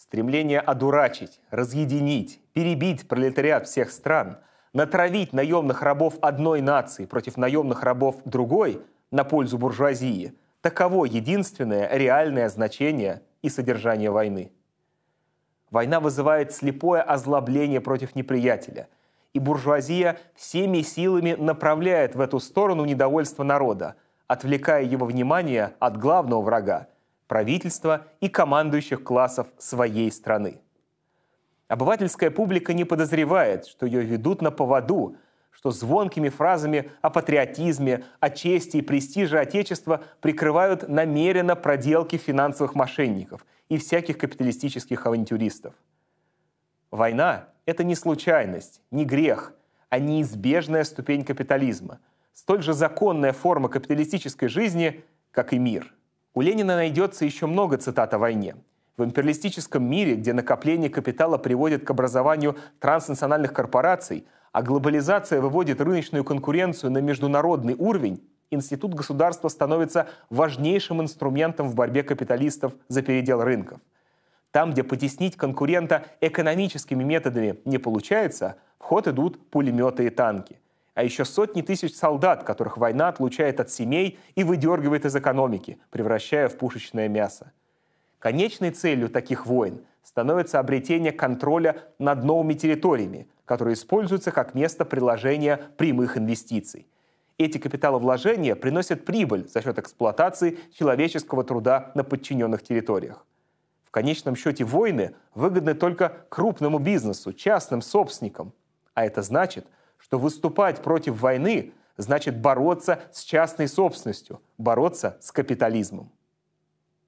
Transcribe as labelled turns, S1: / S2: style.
S1: Стремление одурачить, разъединить, перебить пролетариат всех стран, натравить наемных рабов одной нации против наемных рабов другой на пользу буржуазии – таково единственное реальное значение и содержание войны. Война вызывает слепое озлобление против неприятеля, и буржуазия всеми силами направляет в эту сторону недовольство народа, отвлекая его внимание от главного врага – правительства и командующих классов своей страны. Обывательская публика не подозревает, что ее ведут на поводу, что звонкими фразами о патриотизме, о чести и престиже Отечества прикрывают намеренно проделки финансовых мошенников и всяких капиталистических авантюристов. Война – это не случайность, не грех, а неизбежная ступень капитализма, столь же законная форма капиталистической жизни, как и мир. У Ленина найдется еще много цитат о войне. В империалистическом мире, где накопление капитала приводит к образованию транснациональных корпораций, а глобализация выводит рыночную конкуренцию на международный уровень, институт государства становится важнейшим инструментом в борьбе капиталистов за передел рынков. Там, где потеснить конкурента экономическими методами не получается, в ход идут пулеметы и танки. А еще сотни тысяч солдат, которых война отлучает от семей и выдергивает из экономики, превращая в пушечное мясо. Конечной целью таких войн становится обретение контроля над новыми территориями, которые используются как место приложения прямых инвестиций. Эти капиталовложения приносят прибыль за счет эксплуатации человеческого труда на подчиненных территориях. В конечном счете войны выгодны только крупному бизнесу, частным собственникам. А это значит, что выступать против войны значит бороться с частной собственностью, бороться с капитализмом.